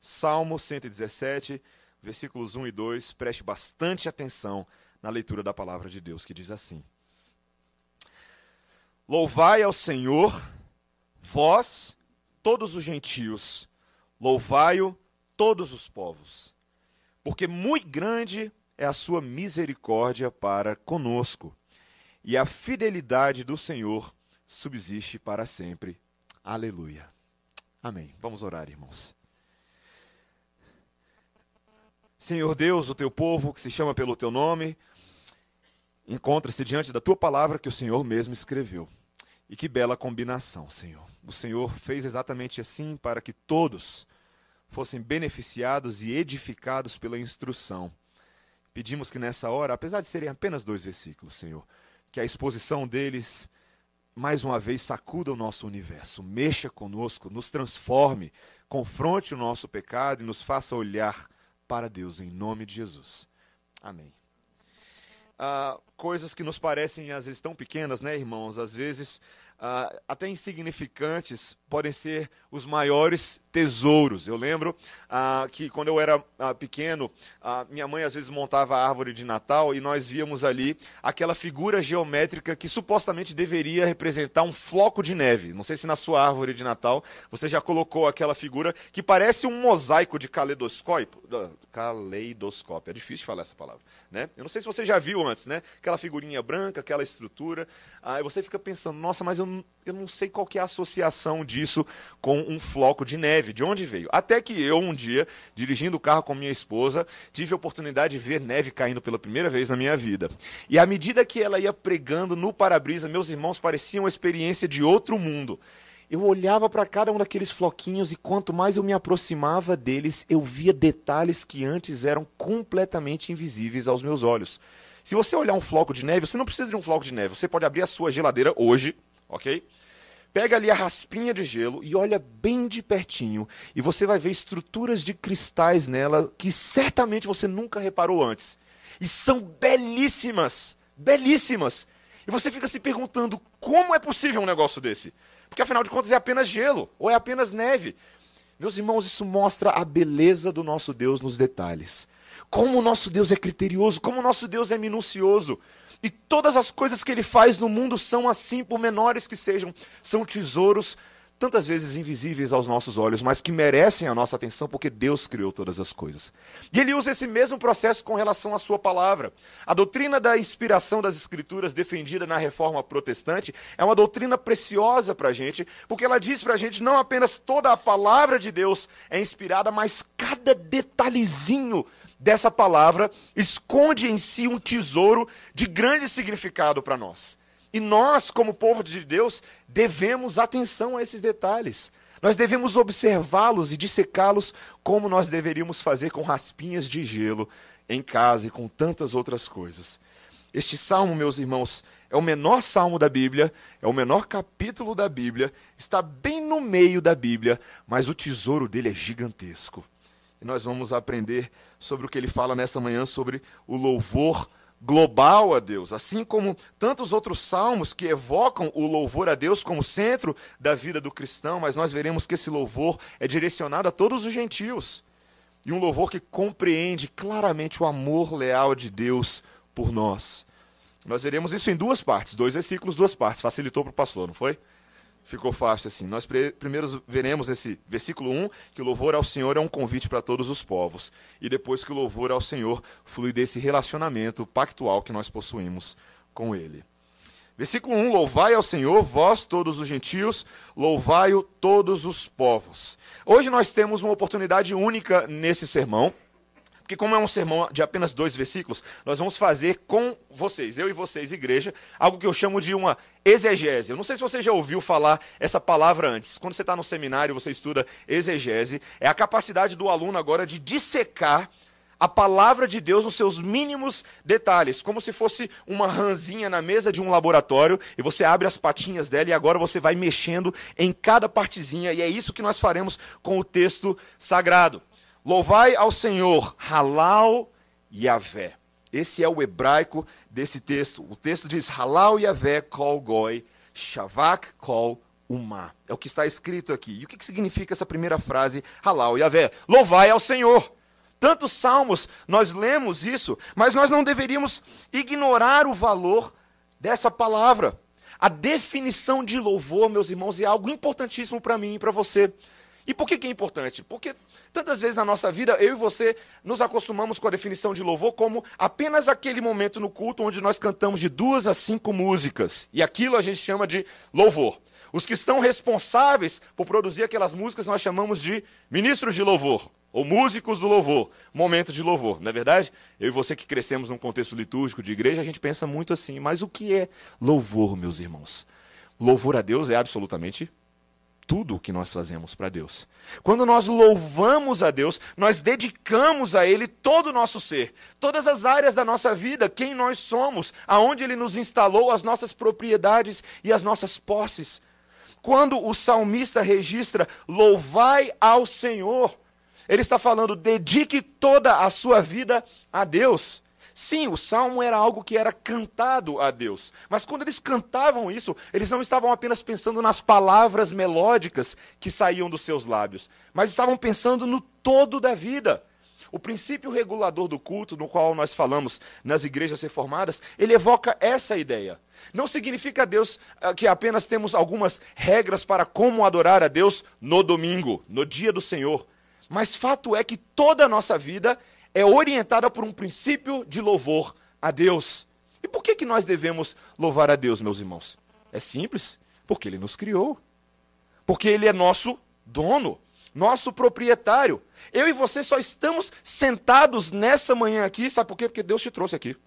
Salmo 117, versículos 1 e 2, preste bastante atenção na leitura da palavra de Deus, que diz assim: Louvai ao Senhor, vós, todos os gentios, louvai-o, todos os povos, porque muito grande é a sua misericórdia para conosco, e a fidelidade do Senhor subsiste para sempre. Aleluia. Amém. Vamos orar, irmãos. Senhor Deus, o teu povo que se chama pelo teu nome, encontra-se diante da tua palavra que o Senhor mesmo escreveu. E que bela combinação, Senhor. O Senhor fez exatamente assim para que todos fossem beneficiados e edificados pela instrução. Pedimos que nessa hora, apesar de serem apenas 2 versículos, Senhor, que a exposição deles, mais uma vez, sacuda o nosso universo, mexa conosco, nos transforme, confronte o nosso pecado e nos faça olhar para Deus, em nome de Jesus. Amém. Coisas que nos parecem, às vezes, tão pequenas, né, irmãos? Às vezes, até insignificantes, podem ser os maiores tesouros. Eu lembro que, quando eu era pequeno, minha mãe, às vezes, montava a árvore de Natal e nós víamos ali aquela figura geométrica que, supostamente, deveria representar um floco de neve. Não sei se na sua árvore de Natal você já colocou aquela figura que parece um mosaico de caleidoscópio. Caleidoscópio, é difícil falar essa palavra, né? Eu não sei se você já viu antes, né? Aquela figurinha branca, aquela estrutura. Aí você fica pensando, nossa, mas eu não sei qual que é a associação disso com um floco de neve, de onde veio. Até que eu, um dia, dirigindo o carro com minha esposa, tive a oportunidade de ver neve caindo pela primeira vez na minha vida. E à medida que ela ia pregando no para-brisa, meus irmãos, parecia uma experiência de outro mundo. Eu olhava para cada um daqueles floquinhos e quanto mais eu me aproximava deles, eu via detalhes que antes eram completamente invisíveis aos meus olhos. Se você olhar um floco de neve, você não precisa de um floco de neve. Você pode abrir a sua geladeira hoje, ok? Pega ali a raspinha de gelo e olha bem de pertinho. E você vai ver estruturas de cristais nela que certamente você nunca reparou antes. E são belíssimas, belíssimas. E você fica se perguntando como é possível um negócio desse. Porque afinal de contas é apenas gelo ou é apenas neve. Meus irmãos, isso mostra a beleza do nosso Deus nos detalhes. Como o nosso Deus é criterioso, como o nosso Deus é minucioso. E todas as coisas que Ele faz no mundo são assim, por menores que sejam. São tesouros, tantas vezes invisíveis aos nossos olhos, mas que merecem a nossa atenção porque Deus criou todas as coisas. E Ele usa esse mesmo processo com relação à sua palavra. A doutrina da inspiração das Escrituras, defendida na Reforma Protestante, é uma doutrina preciosa para a gente, porque ela diz para a gente não apenas toda a palavra de Deus é inspirada, mas cada detalhezinho dessa palavra esconde em si um tesouro de grande significado para nós. E nós, como povo de Deus, devemos atenção a esses detalhes. Nós devemos observá-los e dissecá-los como nós deveríamos fazer com raspinhas de gelo em casa e com tantas outras coisas. Este salmo, meus irmãos, é o menor salmo da Bíblia, é o menor capítulo da Bíblia, está bem no meio da Bíblia, mas o tesouro dele é gigantesco. E nós vamos aprender sobre o que ele fala nessa manhã, sobre o louvor global a Deus, assim como tantos outros salmos que evocam o louvor a Deus como centro da vida do cristão, mas nós veremos que esse louvor é direcionado a todos os gentios, e um louvor que compreende claramente o amor leal de Deus por nós. Nós veremos isso em 2 partes, 2 versículos, 2 partes, facilitou para o pastor, não foi? Ficou fácil assim. Nós primeiro veremos esse versículo 1, que o louvor ao Senhor é um convite para todos os povos. E depois que o louvor ao Senhor flui desse relacionamento pactual que nós possuímos com Ele. Versículo 1, louvai ao Senhor, vós todos os gentios, louvai-o todos os povos. Hoje nós temos uma oportunidade única nesse sermão, porque como é um sermão de apenas 2 versículos, nós vamos fazer com vocês, eu e vocês, igreja, algo que eu chamo de uma exegese. Eu não sei se você já ouviu falar essa palavra antes. Quando você está no seminário, você estuda exegese. É a capacidade do aluno agora de dissecar a palavra de Deus nos seus mínimos detalhes, como se fosse uma rãzinha na mesa de um laboratório, e você abre as patinhas dela e agora você vai mexendo em cada partezinha, e é isso que nós faremos com o texto sagrado. Louvai ao Senhor, Halal Yavé. Esse é o hebraico desse texto. O texto diz Halal Yavé kol goi, Shavak kol Umá. É o que está escrito aqui. E o que significa essa primeira frase? Halal Yavé. Louvai ao Senhor. Tantos salmos, nós lemos isso, mas nós não deveríamos ignorar o valor dessa palavra. A definição de louvor, meus irmãos, é algo importantíssimo para mim e para você. E por que é importante? Porque tantas vezes na nossa vida, eu e você nos acostumamos com a definição de louvor como apenas aquele momento no culto onde nós cantamos de 2 a 5 músicas. E aquilo a gente chama de louvor. Os que estão responsáveis por produzir aquelas músicas nós chamamos de ministros de louvor, ou músicos do louvor, momento de louvor, não é verdade? Eu e você que crescemos num contexto litúrgico de igreja, a gente pensa muito assim, mas o que é louvor, meus irmãos? Louvor a Deus é absolutamente tudo o que nós fazemos para Deus. Quando nós louvamos a Deus, nós dedicamos a Ele todo o nosso ser, todas as áreas da nossa vida, quem nós somos, aonde Ele nos instalou, as nossas propriedades e as nossas posses. Quando o salmista registra, louvai ao Senhor, ele está falando, dedique toda a sua vida a Deus. Sim, o salmo era algo que era cantado a Deus. Mas quando eles cantavam isso, eles não estavam apenas pensando nas palavras melódicas que saíam dos seus lábios, mas estavam pensando no todo da vida. O princípio regulador do culto, no qual nós falamos nas igrejas reformadas, ele evoca essa ideia. Não significa Deus que apenas temos algumas regras para como adorar a Deus no domingo, no dia do Senhor. Mas fato é que toda a nossa vida é orientada por um princípio de louvor a Deus. E por que nós devemos louvar a Deus, meus irmãos? É simples, porque Ele nos criou. Porque Ele é nosso dono, nosso proprietário. Eu e você só estamos sentados nessa manhã aqui, sabe por quê? Porque Deus te trouxe aqui.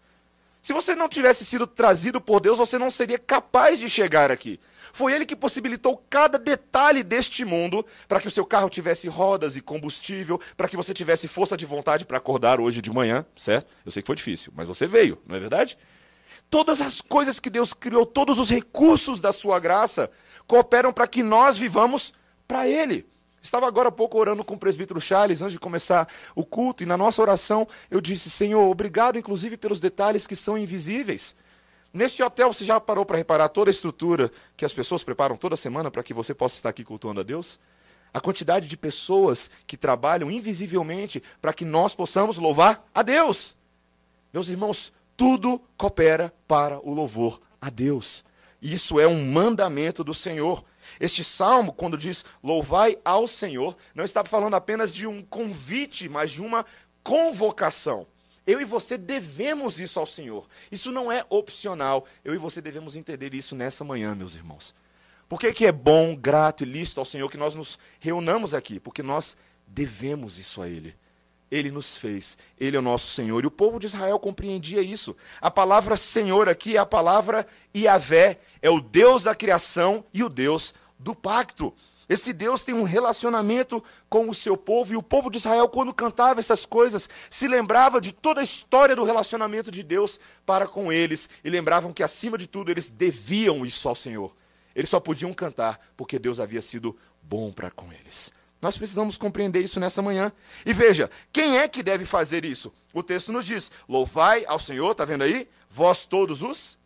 Se você não tivesse sido trazido por Deus, você não seria capaz de chegar aqui. Foi Ele que possibilitou cada detalhe deste mundo para que o seu carro tivesse rodas e combustível, para que você tivesse força de vontade para acordar hoje de manhã, certo? Eu sei que foi difícil, mas você veio, não é verdade? Todas as coisas que Deus criou, todos os recursos da sua graça, cooperam para que nós vivamos para Ele. Estava agora há pouco orando com o presbítero Charles, antes de começar o culto, e na nossa oração eu disse, Senhor, obrigado inclusive pelos detalhes que são invisíveis. Nesse hotel você já parou para reparar toda a estrutura que as pessoas preparam toda semana para que você possa estar aqui cultuando a Deus? A quantidade de pessoas que trabalham invisivelmente para que nós possamos louvar a Deus. Meus irmãos, tudo coopera para o louvor a Deus. Isso é um mandamento do Senhor. Este salmo, quando diz louvai ao Senhor, não está falando apenas de um convite, mas de uma convocação. Eu e você devemos isso ao Senhor. Isso não é opcional. Eu e você devemos entender isso nessa manhã, meus irmãos. Por que é bom, grato e lícito ao Senhor que nós nos reunamos aqui? Porque nós devemos isso a Ele. Ele nos fez, Ele é o nosso Senhor. E o povo de Israel compreendia isso. A palavra Senhor aqui é a palavra Yavé, é o Deus da criação e o Deus do pacto. Esse Deus tem um relacionamento com o seu povo, e o povo de Israel, quando cantava essas coisas, se lembrava de toda a história do relacionamento de Deus para com eles, e lembravam que, acima de tudo, eles deviam isso ao Senhor. Eles só podiam cantar porque Deus havia sido bom para com eles. Nós precisamos compreender isso nessa manhã. E veja, quem é que deve fazer isso? O texto nos diz, louvai ao Senhor, está vendo aí? Vós todos os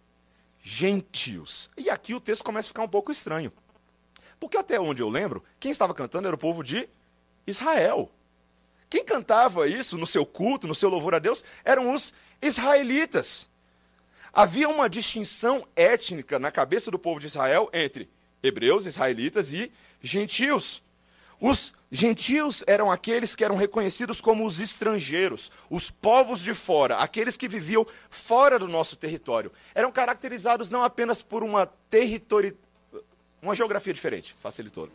gentios. E aqui o texto começa a ficar um pouco estranho. Porque até onde eu lembro, quem estava cantando era o povo de Israel. Quem cantava isso no seu culto, no seu louvor a Deus, eram os israelitas. Havia uma distinção étnica na cabeça do povo de Israel entre hebreus, israelitas e gentios. Os gentios eram aqueles que eram reconhecidos como os estrangeiros, os povos de fora, aqueles que viviam fora do nosso território. Eram caracterizados não apenas por uma geografia diferente, facilitou.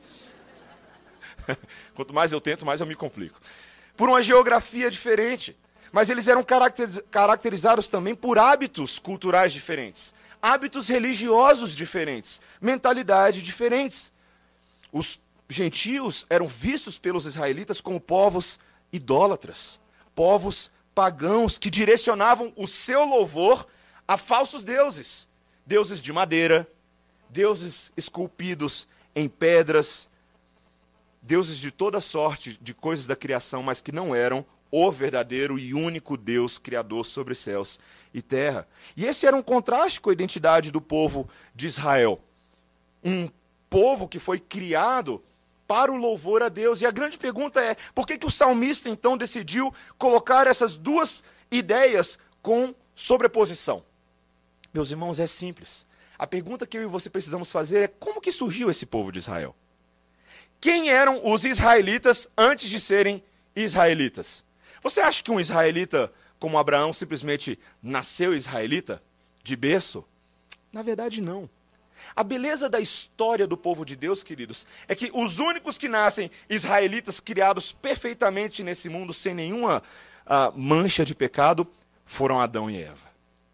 Quanto mais eu tento, mais eu me complico. Por uma geografia diferente. Mas eles eram caracterizados também por hábitos culturais diferentes, hábitos religiosos diferentes, mentalidades diferentes. Os gentios eram vistos pelos israelitas como povos idólatras, povos pagãos que direcionavam o seu louvor a falsos deuses, deuses de madeira, deuses esculpidos em pedras, deuses de toda sorte de coisas da criação, mas que não eram o verdadeiro e único Deus criador sobre céus e terra. E esse era um contraste com a identidade do povo de Israel. Um povo que foi criado para o louvor a Deus. E a grande pergunta é, por que o salmista então decidiu colocar essas duas ideias com sobreposição? Meus irmãos, é simples. A pergunta que eu e você precisamos fazer é, como que surgiu esse povo de Israel? Quem eram os israelitas antes de serem israelitas? Você acha que um israelita como Abraão simplesmente nasceu israelita de berço? Na verdade, não. A beleza da história do povo de Deus, queridos, é que os únicos que nascem israelitas, criados perfeitamente nesse mundo, sem nenhuma mancha de pecado, foram Adão e Eva.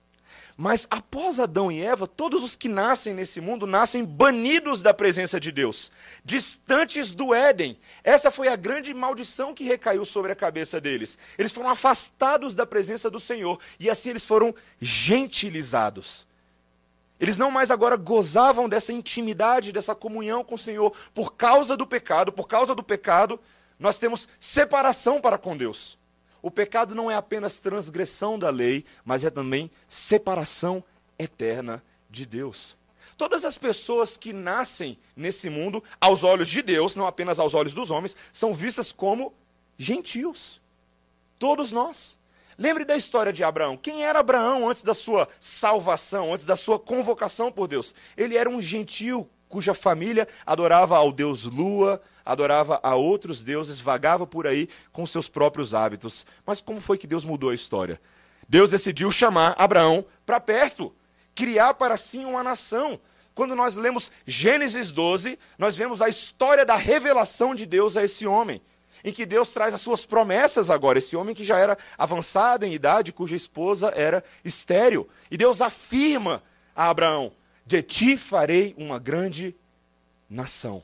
Mas após Adão e Eva, todos os que nascem nesse mundo nascem banidos da presença de Deus, distantes do Éden. Essa foi a grande maldição que recaiu sobre a cabeça deles. Eles foram afastados da presença do Senhor e assim eles foram gentilizados. Eles não mais agora gozavam dessa intimidade, dessa comunhão com o Senhor por causa do pecado. Por causa do pecado, nós temos separação para com Deus. O pecado não é apenas transgressão da lei, mas é também separação eterna de Deus. Todas as pessoas que nascem nesse mundo, aos olhos de Deus, não apenas aos olhos dos homens, são vistas como gentios. Todos nós. Lembre da história de Abraão. Quem era Abraão antes da sua salvação, antes da sua convocação por Deus? Ele era um gentio cuja família adorava ao deus Lua, adorava a outros deuses, vagava por aí com seus próprios hábitos. Mas como foi que Deus mudou a história? Deus decidiu chamar Abraão para perto, criar para si uma nação. Quando nós lemos Gênesis 12, nós vemos a história da revelação de Deus a esse homem, em que Deus traz as suas promessas agora, esse homem que já era avançado em idade, cuja esposa era estéril. E Deus afirma a Abraão, de ti farei uma grande nação.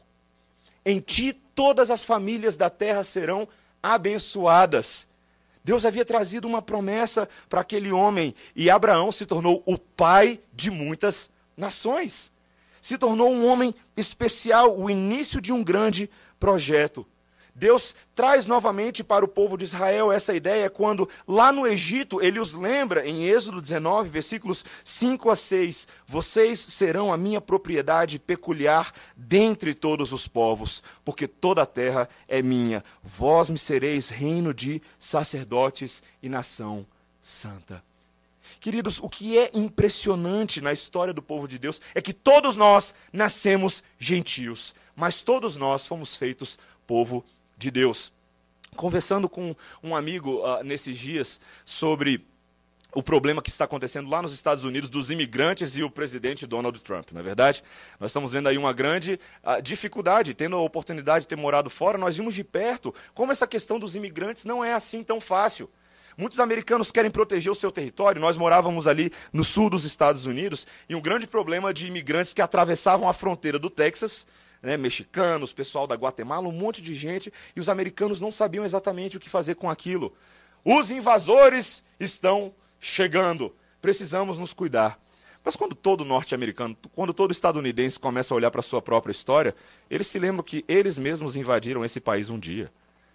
Em ti todas as famílias da terra serão abençoadas. Deus havia trazido uma promessa para aquele homem, e Abraão se tornou o pai de muitas nações. Se tornou um homem especial, o início de um grande projeto. Deus traz novamente para o povo de Israel essa ideia quando, lá no Egito, ele os lembra, em Êxodo 19, versículos 5 a 6, vocês serão a minha propriedade peculiar dentre todos os povos, porque toda a terra é minha. Vós me sereis reino de sacerdotes e nação santa. Queridos, o que é impressionante na história do povo de Deus é que todos nós nascemos gentios, mas todos nós fomos feitos povo de Deus. Conversando com um amigo nesses dias sobre o problema que está acontecendo lá nos Estados Unidos dos imigrantes e o presidente Donald Trump, não é verdade? Nós estamos vendo aí uma grande dificuldade, tendo a oportunidade de ter morado fora, nós vimos de perto como essa questão dos imigrantes não é assim tão fácil. Muitos americanos querem proteger o seu território. Nós morávamos ali no sul dos Estados Unidos e um grande problema de imigrantes que atravessavam a fronteira do Texas, mexicanos, pessoal da Guatemala, um monte de gente, e os americanos não sabiam exatamente o que fazer com aquilo. Os invasores estão chegando, precisamos nos cuidar. Mas quando todo norte-americano, quando todo estadunidense começa a olhar para a sua própria história, eles se lembram que eles mesmos invadiram esse país um dia.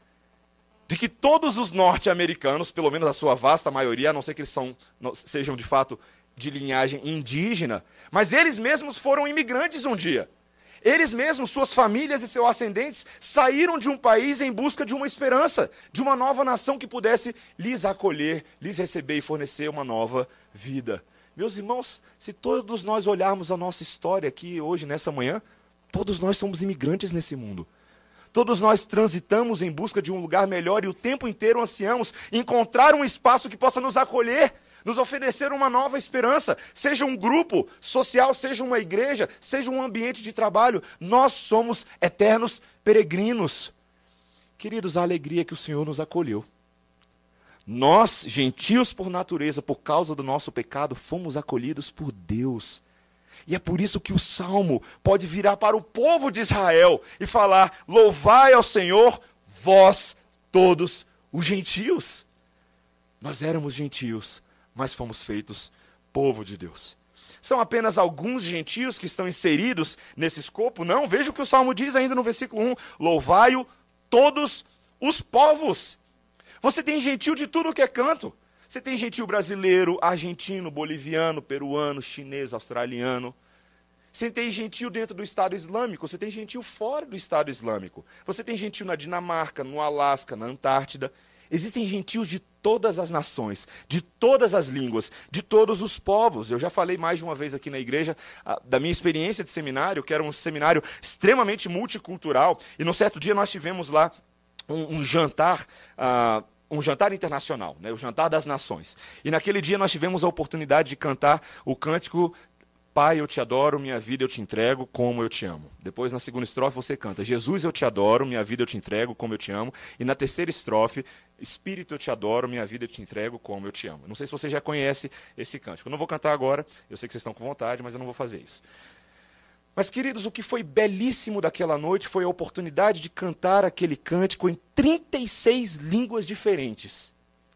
De que todos os norte-americanos, pelo menos a sua vasta maioria, a não ser que eles sejam de fato de linhagem indígena, mas eles mesmos foram imigrantes um dia. Eles mesmos, suas famílias e seus ascendentes, saíram de um país em busca de uma esperança, de uma nova nação que pudesse lhes acolher, lhes receber e fornecer uma nova vida. Meus irmãos, se todos nós olharmos a nossa história aqui hoje, nessa manhã, todos nós somos imigrantes nesse mundo. Todos nós transitamos em busca de um lugar melhor e o tempo inteiro ansiamos encontrar um espaço que possa nos acolher, nos oferecer uma nova esperança, seja um grupo social, seja uma igreja, seja um ambiente de trabalho. Nós somos eternos peregrinos. Queridos, a alegria que o Senhor nos acolheu. Nós, gentios por natureza, por causa do nosso pecado, fomos acolhidos por Deus. E é por isso que o Salmo pode virar para o povo de Israel e falar, louvai ao Senhor, vós todos os gentios. Nós éramos gentios, mas fomos feitos povo de Deus. São apenas alguns gentios que estão inseridos nesse escopo? Não, veja o que o Salmo diz ainda no versículo 1. Louvai-o todos os povos. Você tem gentio de tudo que é canto. Você tem gentio brasileiro, argentino, boliviano, peruano, chinês, australiano. Você tem gentio dentro do Estado Islâmico, você tem gentio fora do Estado Islâmico. Você tem gentio na Dinamarca, no Alasca, na Antártida. Existem gentios de todas as nações, de todas as línguas, de todos os povos. Eu já falei mais de uma vez aqui na igreja da minha experiência de seminário, que era um seminário extremamente multicultural. E num certo dia nós tivemos lá um jantar internacional, né, o Jantar das Nações. E naquele dia nós tivemos a oportunidade de cantar o cântico Pai, eu te adoro, minha vida eu te entrego, como eu te amo. Depois, na segunda estrofe, você canta Jesus, eu te adoro, minha vida eu te entrego, como eu te amo. E na terceira estrofe, Espírito, eu te adoro, minha vida eu te entrego, como eu te amo. Não sei se você já conhece esse cântico. Eu não vou cantar agora, eu sei que vocês estão com vontade, mas eu não vou fazer isso. Mas, queridos, o que foi belíssimo daquela noite foi a oportunidade de cantar aquele cântico em 36 línguas diferentes.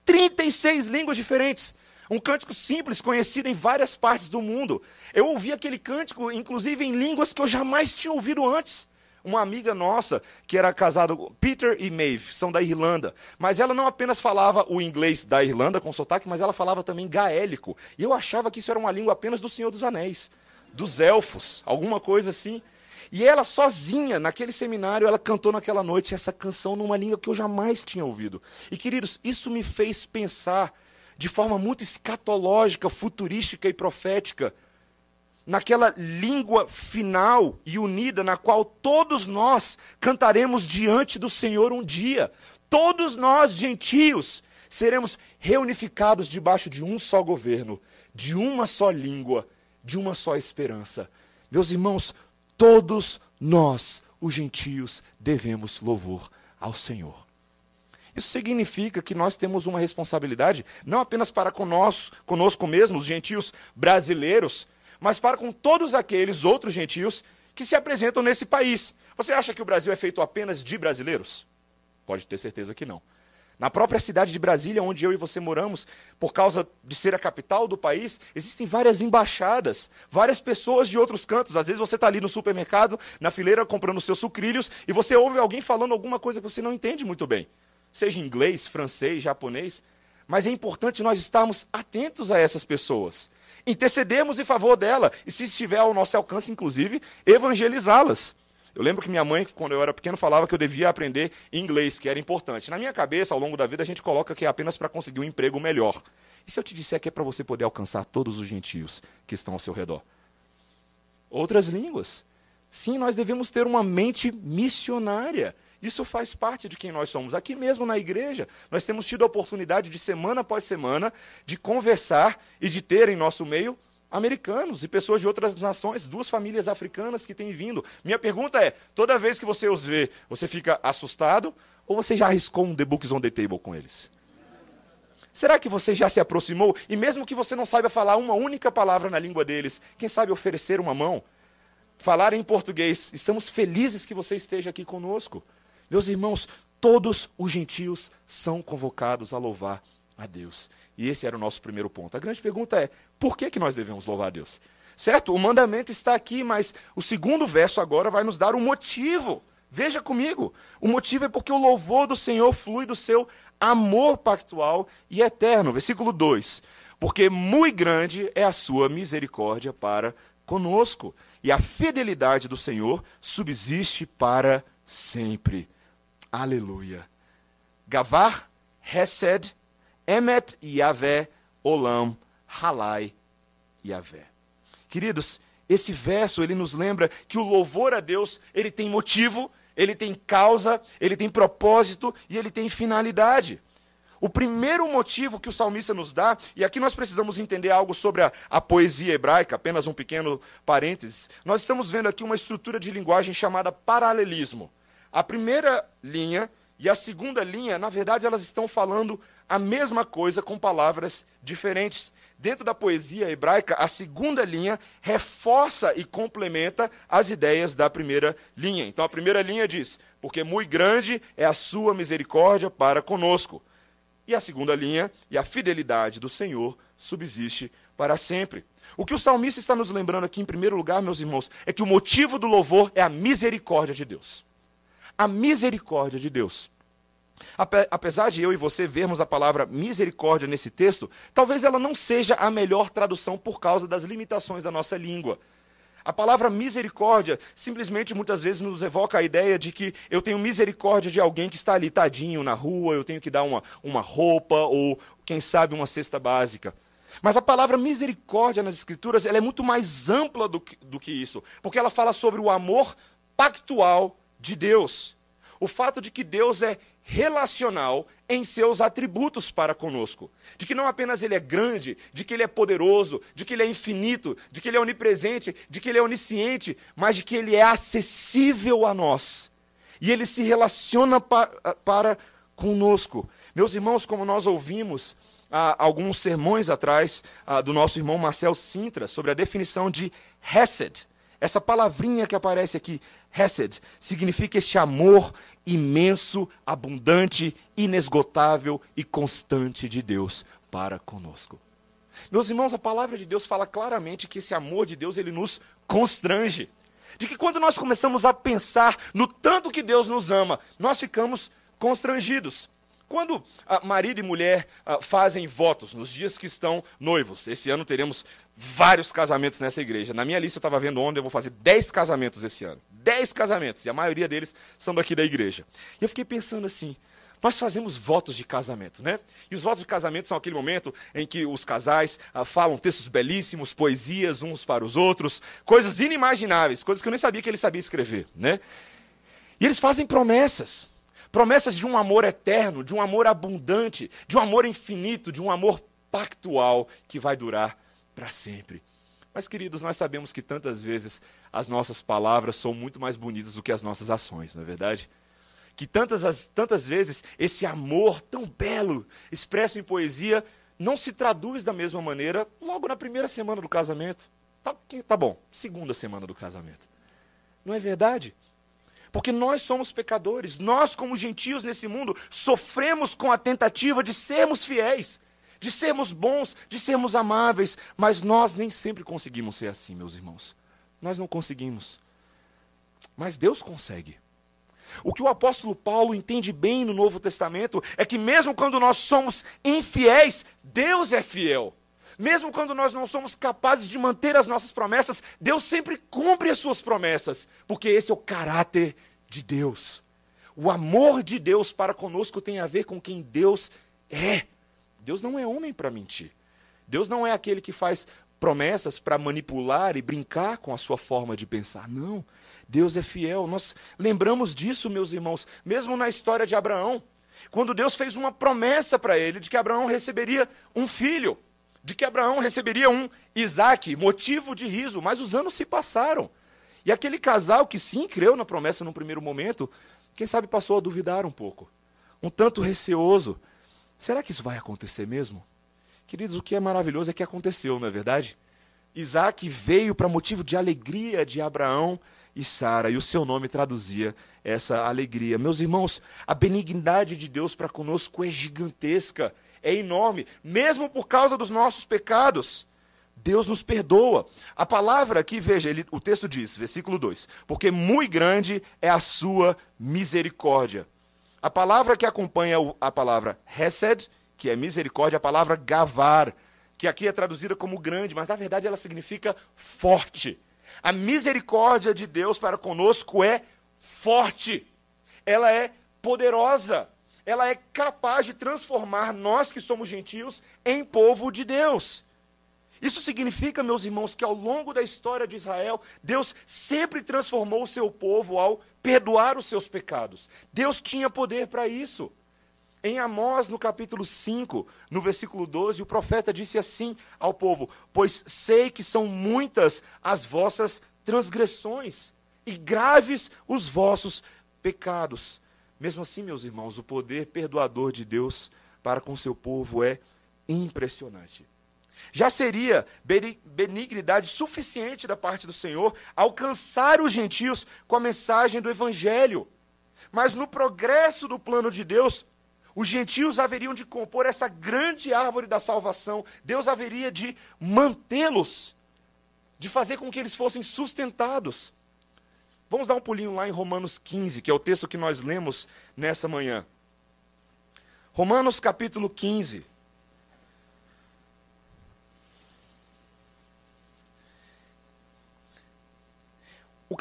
36 línguas diferentes! Um cântico simples, conhecido em várias partes do mundo. Eu ouvi aquele cântico, inclusive, em línguas que eu jamais tinha ouvido antes. Uma amiga nossa, que era casada, Peter e Maeve, são da Irlanda. Mas ela não apenas falava o inglês da Irlanda com sotaque, mas ela falava também gaélico. E eu achava que isso era uma língua apenas do Senhor dos Anéis, dos elfos, alguma coisa assim. E ela sozinha, naquele seminário, ela cantou naquela noite essa canção numa língua que eu jamais tinha ouvido. E, queridos, isso me fez pensar de forma muito escatológica, futurística e profética, naquela língua final e unida na qual todos nós cantaremos diante do Senhor um dia. Todos nós, gentios, seremos reunificados debaixo de um só governo, de uma só língua, de uma só esperança. Meus irmãos, todos nós, os gentios, devemos louvor ao Senhor. Isso significa que nós temos uma responsabilidade, não apenas para conosco mesmos, os gentios brasileiros, mas para com todos aqueles outros gentios que se apresentam nesse país. Você acha que o Brasil é feito apenas de brasileiros? Pode ter certeza que não. Na própria cidade de Brasília, onde eu e você moramos, por causa de ser a capital do país, existem várias embaixadas, várias pessoas de outros cantos. Às vezes você está ali no supermercado, na fileira, comprando seus sucrilhos, e você ouve alguém falando alguma coisa que você não entende muito bem. Seja inglês, francês, japonês, mas é importante nós estarmos atentos a essas pessoas, intercedermos em favor dela, e se estiver ao nosso alcance, inclusive, evangelizá-las. Eu lembro que minha mãe, quando eu era pequeno, falava que eu devia aprender inglês, que era importante. Na minha cabeça, ao longo da vida, a gente coloca que é apenas para conseguir um emprego melhor. E se eu te disser que é para você poder alcançar todos os gentios que estão ao seu redor? Outras línguas. Sim, nós devemos ter uma mente missionária. Isso faz parte de quem nós somos. Aqui mesmo na igreja, nós temos tido a oportunidade de semana após semana, de conversar e de ter em nosso meio americanos e pessoas de outras nações, 2 famílias africanas que têm vindo. Minha pergunta é, toda vez que você os vê, você fica assustado ou você já arriscou um The Books on the Table com eles? Será que você já se aproximou e mesmo que você não saiba falar uma única palavra na língua deles, quem sabe oferecer uma mão? Falar em português, estamos felizes que você esteja aqui conosco. Meus irmãos, todos os gentios são convocados a louvar a Deus. E esse era o nosso primeiro ponto. A grande pergunta é, por que nós devemos louvar a Deus? Certo? O mandamento está aqui, mas o segundo verso agora vai nos dar um motivo. Veja comigo. O motivo é porque o louvor do Senhor flui do seu amor pactual e eterno. Versículo 2. Porque muito grande é a sua misericórdia para conosco, e a fidelidade do Senhor subsiste para sempre. Aleluia. Gavar, Hesed, Emet, Yavé, Olam, Halai, Yavé. Queridos, esse verso ele nos lembra que o louvor a Deus, ele tem motivo, ele tem causa, ele tem propósito e ele tem finalidade. O primeiro motivo que o salmista nos dá, e aqui nós precisamos entender algo sobre a poesia hebraica, apenas um pequeno parênteses, nós estamos vendo aqui uma estrutura de linguagem chamada paralelismo. A primeira linha e a segunda linha, na verdade, elas estão falando a mesma coisa com palavras diferentes. Dentro da poesia hebraica, a segunda linha reforça e complementa as ideias da primeira linha. Então, a primeira linha diz, porque muito grande é a sua misericórdia para conosco. E a segunda linha, e a fidelidade do Senhor subsiste para sempre. O que o salmista está nos lembrando aqui, em primeiro lugar, meus irmãos, é que o motivo do louvor é a misericórdia de Deus. A misericórdia de Deus. Apesar de eu e você vermos a palavra misericórdia nesse texto, talvez ela não seja a melhor tradução por causa das limitações da nossa língua. A palavra misericórdia simplesmente muitas vezes nos evoca a ideia de que eu tenho misericórdia de alguém que está ali tadinho na rua, eu tenho que dar uma roupa ou, quem sabe, uma cesta básica. Mas a palavra misericórdia nas Escrituras ela é muito mais ampla do que isso, porque ela fala sobre o amor pactual de Deus. O fato de que Deus é relacional em seus atributos para conosco. De que não apenas Ele é grande, de que Ele é poderoso, de que Ele é infinito, de que Ele é onipresente, de que Ele é onisciente, mas de que Ele é acessível a nós. E Ele se relaciona para conosco. Meus irmãos, como nós ouvimos alguns sermões atrás do nosso irmão Marcel Sintra sobre a definição de Hesed. Essa palavrinha que aparece aqui, Hesed, significa este amor imenso, abundante, inesgotável e constante de Deus para conosco. Meus irmãos, a palavra de Deus fala claramente que esse amor de Deus, ele nos constrange. De que quando nós começamos a pensar no tanto que Deus nos ama, nós ficamos constrangidos. Quando marido e mulher fazem votos nos dias que estão noivos, esse ano teremos vários casamentos nessa igreja. Na minha lista eu estava vendo ontem, eu vou fazer 10 casamentos esse ano. 10 casamentos, e a maioria deles são daqui da igreja. E eu fiquei pensando assim, nós fazemos votos de casamento, né? E os votos de casamento são aquele momento em que os casais falam textos belíssimos, poesias uns para os outros, coisas inimagináveis, coisas que eu nem sabia que ele sabia escrever, né? E eles fazem promessas. Promessas de um amor eterno, de um amor abundante, de um amor infinito, de um amor pactual que vai durar para sempre. Mas, queridos, nós sabemos que tantas vezes as nossas palavras são muito mais bonitas do que as nossas ações, não é verdade? Que tantas vezes esse amor tão belo, expresso em poesia, não se traduz da mesma maneira logo na primeira semana do casamento. Tá bom, segunda semana do casamento. Não é verdade? Porque nós somos pecadores, nós como gentios nesse mundo sofremos com a tentativa de sermos fiéis, de sermos bons, de sermos amáveis, mas nós nem sempre conseguimos ser assim, meus irmãos. Nós não conseguimos, mas Deus consegue. O que o apóstolo Paulo entende bem no Novo Testamento é que mesmo quando nós somos infiéis, Deus é fiel. Mesmo quando nós não somos capazes de manter as nossas promessas, Deus sempre cumpre as suas promessas, porque esse é o caráter de Deus. O amor de Deus para conosco tem a ver com quem Deus é. Deus não é homem para mentir. Deus não é aquele que faz promessas para manipular e brincar com a sua forma de pensar. Não, Deus é fiel. Nós lembramos disso, meus irmãos, mesmo na história de Abraão, quando Deus fez uma promessa para ele de que Abraão receberia um filho, de que Abraão receberia um Isaque, motivo de riso, mas os anos se passaram. E aquele casal que sim creu na promessa num primeiro momento, quem sabe passou a duvidar um pouco, um tanto receoso. Será que isso vai acontecer mesmo? Queridos, o que é maravilhoso é que aconteceu, não é verdade? Isaque veio para motivo de alegria de Abraão e Sara, e o seu nome traduzia essa alegria. Meus irmãos, a benignidade de Deus para conosco é gigantesca, é enorme, mesmo por causa dos nossos pecados. Deus nos perdoa. A palavra aqui, veja, o texto diz, versículo 2, porque muito grande é a sua misericórdia. A palavra que acompanha a palavra Hesed, que é misericórdia, é a palavra gavar, que aqui é traduzida como grande, mas na verdade ela significa forte. A misericórdia de Deus para conosco é forte, ela é poderosa, ela é capaz de transformar nós que somos gentios em povo de Deus. Isso significa, meus irmãos, que ao longo da história de Israel, Deus sempre transformou o seu povo ao perdoar os seus pecados. Deus tinha poder para isso. Em Amós, no capítulo 5, no versículo 12, o profeta disse assim ao povo: pois sei que são muitas as vossas transgressões e graves os vossos pecados. Mesmo assim, meus irmãos, o poder perdoador de Deus para com seu povo é impressionante. Já seria benignidade suficiente da parte do Senhor alcançar os gentios com a mensagem do Evangelho. Mas no progresso do plano de Deus, os gentios haveriam de compor essa grande árvore da salvação. Deus haveria de mantê-los, de fazer com que eles fossem sustentados. Vamos dar um pulinho lá em Romanos 15, que é o texto que nós lemos nessa manhã. Romanos capítulo 15.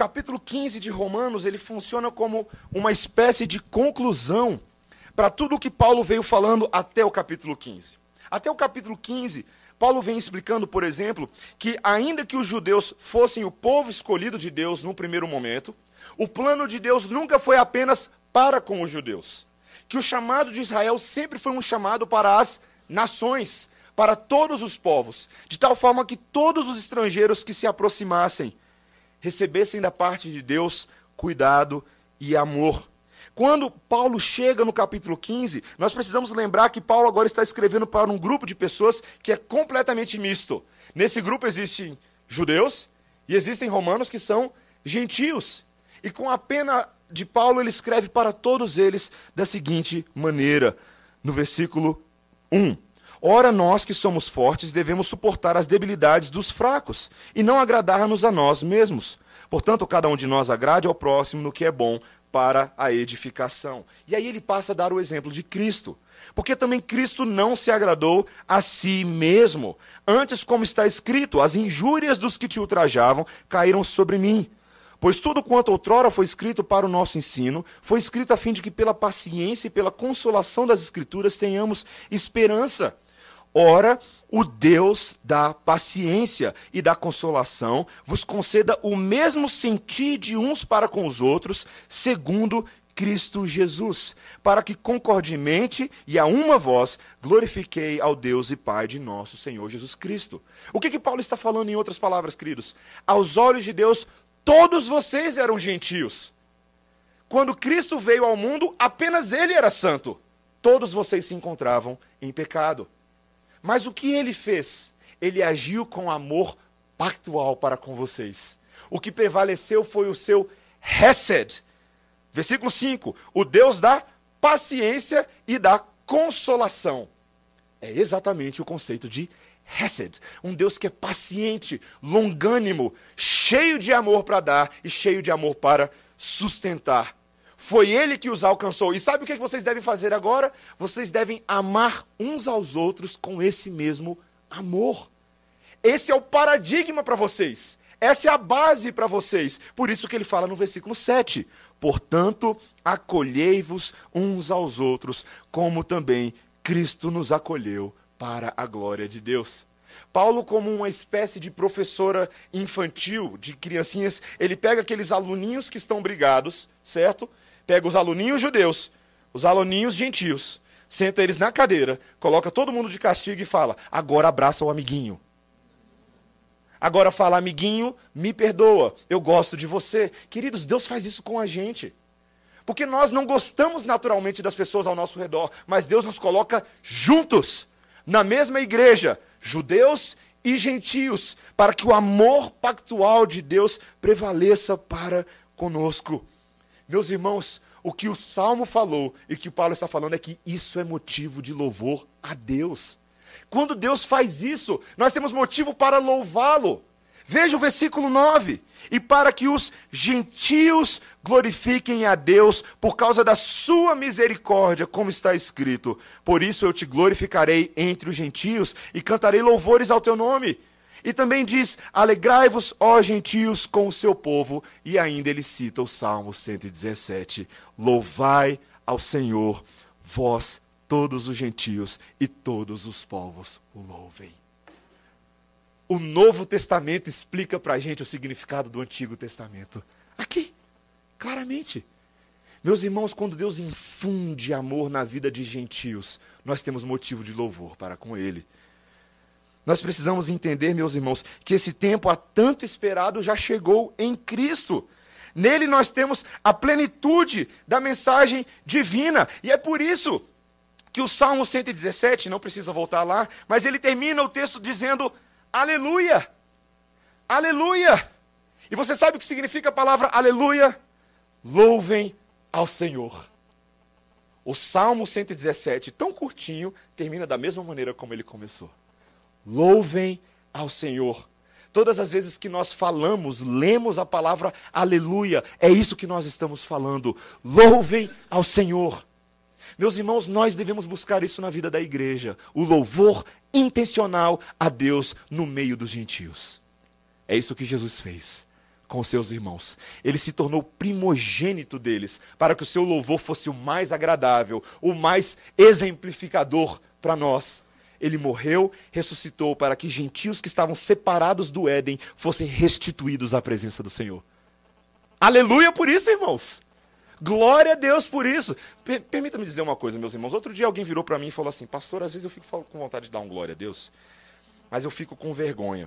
capítulo 15 de Romanos, ele funciona como uma espécie de conclusão para tudo o que Paulo veio falando até o capítulo 15. Até o capítulo 15, Paulo vem explicando, por exemplo, que ainda que os judeus fossem o povo escolhido de Deus no primeiro momento, o plano de Deus nunca foi apenas para com os judeus. Que o chamado de Israel sempre foi um chamado para as nações, para todos os povos, de tal forma que todos os estrangeiros que se aproximassem recebessem da parte de Deus cuidado e amor. Quando Paulo chega no capítulo 15, nós precisamos lembrar que Paulo agora está escrevendo para um grupo de pessoas que é completamente misto. Nesse grupo existem judeus e existem romanos que são gentios. E com a pena de Paulo, ele escreve para todos eles da seguinte maneira, no versículo 1. Ora, nós que somos fortes devemos suportar as debilidades dos fracos e não agradar-nos a nós mesmos. Portanto, cada um de nós agrade ao próximo no que é bom para a edificação. E aí ele passa a dar o exemplo de Cristo. Porque também Cristo não se agradou a si mesmo. Antes, como está escrito, as injúrias dos que te ultrajavam caíram sobre mim. Pois tudo quanto outrora foi escrito para o nosso ensino, foi escrito a fim de que pela paciência e pela consolação das Escrituras tenhamos esperança. Ora, o Deus da paciência e da consolação vos conceda o mesmo sentir de uns para com os outros, segundo Cristo Jesus, para que concordemente e a uma voz glorifiquei ao Deus e Pai de nosso Senhor Jesus Cristo. O que Paulo está falando em outras palavras, queridos? Aos olhos de Deus, todos vocês eram gentios. Quando Cristo veio ao mundo, apenas ele era santo. Todos vocês se encontravam em pecado. Mas o que ele fez? Ele agiu com amor pactual para com vocês. O que prevaleceu foi o seu hesed. Versículo 5. O Deus da paciência e da consolação. É exatamente o conceito de hesed. Um Deus que é paciente, longânimo, cheio de amor para dar e cheio de amor para sustentar. Foi ele que os alcançou. E sabe o que vocês devem fazer agora? Vocês devem amar uns aos outros com esse mesmo amor. Esse é o paradigma para vocês. Essa é a base para vocês. Por isso que ele fala no versículo 7. Portanto, acolhei-vos uns aos outros, como também Cristo nos acolheu para a glória de Deus. Paulo, como uma espécie de professora infantil, de criancinhas, ele pega aqueles aluninhos que estão brigados, certo? Pega os aluninhos judeus, os aluninhos gentios, senta eles na cadeira, coloca todo mundo de castigo e fala, agora abraça o amiguinho. Agora fala, amiguinho, me perdoa, eu gosto de você. Queridos, Deus faz isso com a gente. Porque nós não gostamos naturalmente das pessoas ao nosso redor, mas Deus nos coloca juntos, na mesma igreja, judeus e gentios, para que o amor pactual de Deus prevaleça para conosco. Meus irmãos, o que o Salmo falou e que o Paulo está falando é que isso é motivo de louvor a Deus. Quando Deus faz isso, nós temos motivo para louvá-lo. Veja o versículo 9. E para que os gentios glorifiquem a Deus por causa da sua misericórdia, como está escrito. Por isso eu te glorificarei entre os gentios e cantarei louvores ao teu nome. E também diz, alegrai-vos, ó gentios, com o seu povo. E ainda ele cita o Salmo 117. Louvai ao Senhor, vós todos os gentios e todos os povos o louvem. O Novo Testamento explica para a gente o significado do Antigo Testamento. Aqui, claramente. Meus irmãos, quando Deus infunde amor na vida de gentios, nós temos motivo de louvor para com Ele. Nós precisamos entender, meus irmãos, que esse tempo há tanto esperado já chegou em Cristo. Nele nós temos a plenitude da mensagem divina. E é por isso que o Salmo 117, não precisa voltar lá, mas ele termina o texto dizendo, aleluia, aleluia. E você sabe o que significa a palavra aleluia? Louvem ao Senhor. O Salmo 117, tão curtinho, termina da mesma maneira como ele começou. Louvem ao Senhor. Todas as vezes que nós falamos, lemos a palavra aleluia, é isso que nós estamos falando. Louvem ao Senhor. Meus irmãos, nós devemos buscar isso na vida da igreja. O louvor intencional a Deus no meio dos gentios. É isso que Jesus fez. com os seus irmãos. Ele se tornou primogênito deles, para que o seu louvor fosse o mais agradável, o mais exemplificador para nós. Ele morreu, ressuscitou para que gentios que estavam separados do Éden fossem restituídos à presença do Senhor. Aleluia por isso, irmãos. Glória a Deus por isso. Permita-me dizer uma coisa, meus irmãos. Outro dia alguém virou para mim e falou assim: pastor, às vezes eu fico com vontade de dar um glória a Deus, mas eu fico com vergonha.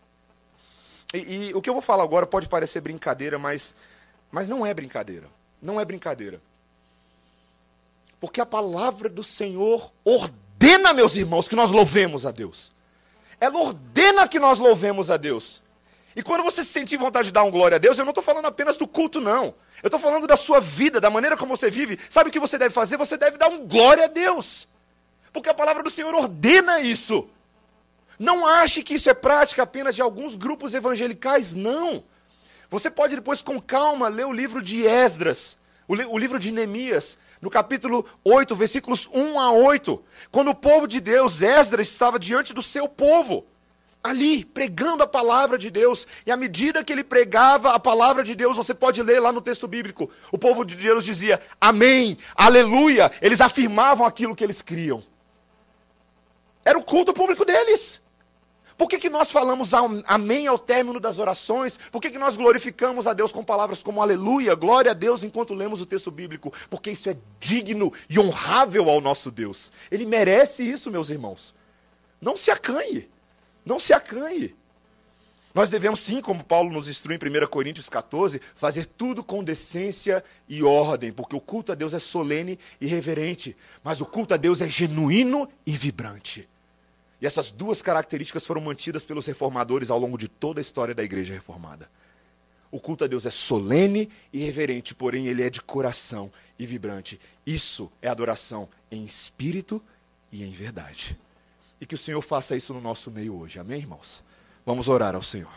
E o que eu vou falar agora pode parecer brincadeira, mas não é brincadeira. Não é brincadeira. Porque a palavra do Senhor ordena, meus irmãos, que nós louvemos a Deus. Ela ordena que nós louvemos a Deus. E quando você se sentir vontade de dar um glória a Deus, eu não estou falando apenas do culto, não. Eu estou falando da sua vida, da maneira como você vive. Sabe o que você deve fazer? Você deve dar um glória a Deus. Porque a palavra do Senhor ordena isso. Não ache que isso é prática apenas de alguns grupos evangelicais, não. Você pode depois, com calma, ler o livro de Esdras, o livro de Neemias, no capítulo 8, versículos 1 a 8. Quando o povo de Deus, Esdras, estava diante do seu povo, ali, pregando a palavra de Deus. E à medida que ele pregava a palavra de Deus, você pode ler lá no texto bíblico, o povo de Deus dizia, amém, aleluia. Eles afirmavam aquilo que eles criam. Era o culto público deles. Por que nós falamos amém ao término das orações? Por que nós glorificamos a Deus com palavras como aleluia, glória a Deus, enquanto lemos o texto bíblico? Porque isso é digno e honrável ao nosso Deus. Ele merece isso, meus irmãos. Não se acanhe. Não se acanhe. Nós devemos sim, como Paulo nos instrui em 1 Coríntios 14, fazer tudo com decência e ordem, porque o culto a Deus é solene e reverente, mas o culto a Deus é genuíno e vibrante. E essas duas características foram mantidas pelos reformadores ao longo de toda a história da igreja reformada. O culto a Deus é solene e reverente, porém ele é de coração e vibrante. Isso é adoração em espírito e em verdade. E que o Senhor faça isso no nosso meio hoje. Amém, irmãos? Vamos orar ao Senhor.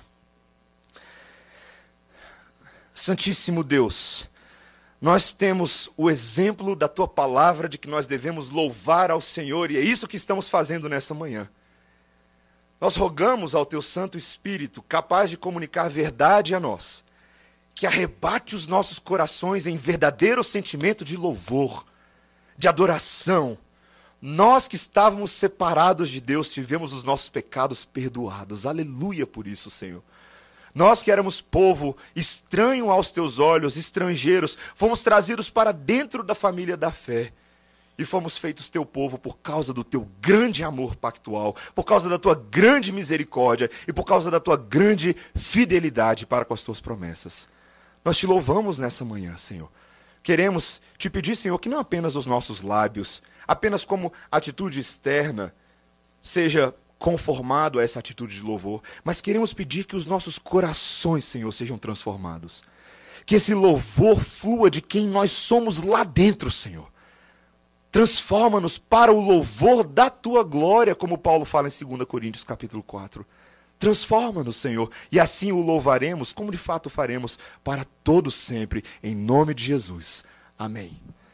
Santíssimo Deus, nós temos o exemplo da Tua palavra de que nós devemos louvar ao Senhor, e é isso que estamos fazendo nessa manhã. Nós rogamos ao Teu Santo Espírito, capaz de comunicar verdade a nós, que arrebate os nossos corações em verdadeiro sentimento de louvor, de adoração. Nós que estávamos separados de Deus, tivemos os nossos pecados perdoados. Aleluia por isso, Senhor. Nós que éramos povo estranho aos teus olhos, estrangeiros, fomos trazidos para dentro da família da fé. E fomos feitos teu povo por causa do teu grande amor pactual, por causa da tua grande misericórdia e por causa da tua grande fidelidade para com as tuas promessas. Nós te louvamos nessa manhã, Senhor. Queremos te pedir, Senhor, que não apenas os nossos lábios, apenas como atitude externa, seja conformado a essa atitude de louvor, mas queremos pedir que os nossos corações, Senhor, sejam transformados. Que esse louvor flua de quem nós somos lá dentro, Senhor. Transforma-nos para o louvor da tua glória, como Paulo fala em 2 Coríntios capítulo 4. Transforma-nos, Senhor, e assim o louvaremos, como de fato faremos, para todos sempre, em nome de Jesus. Amém.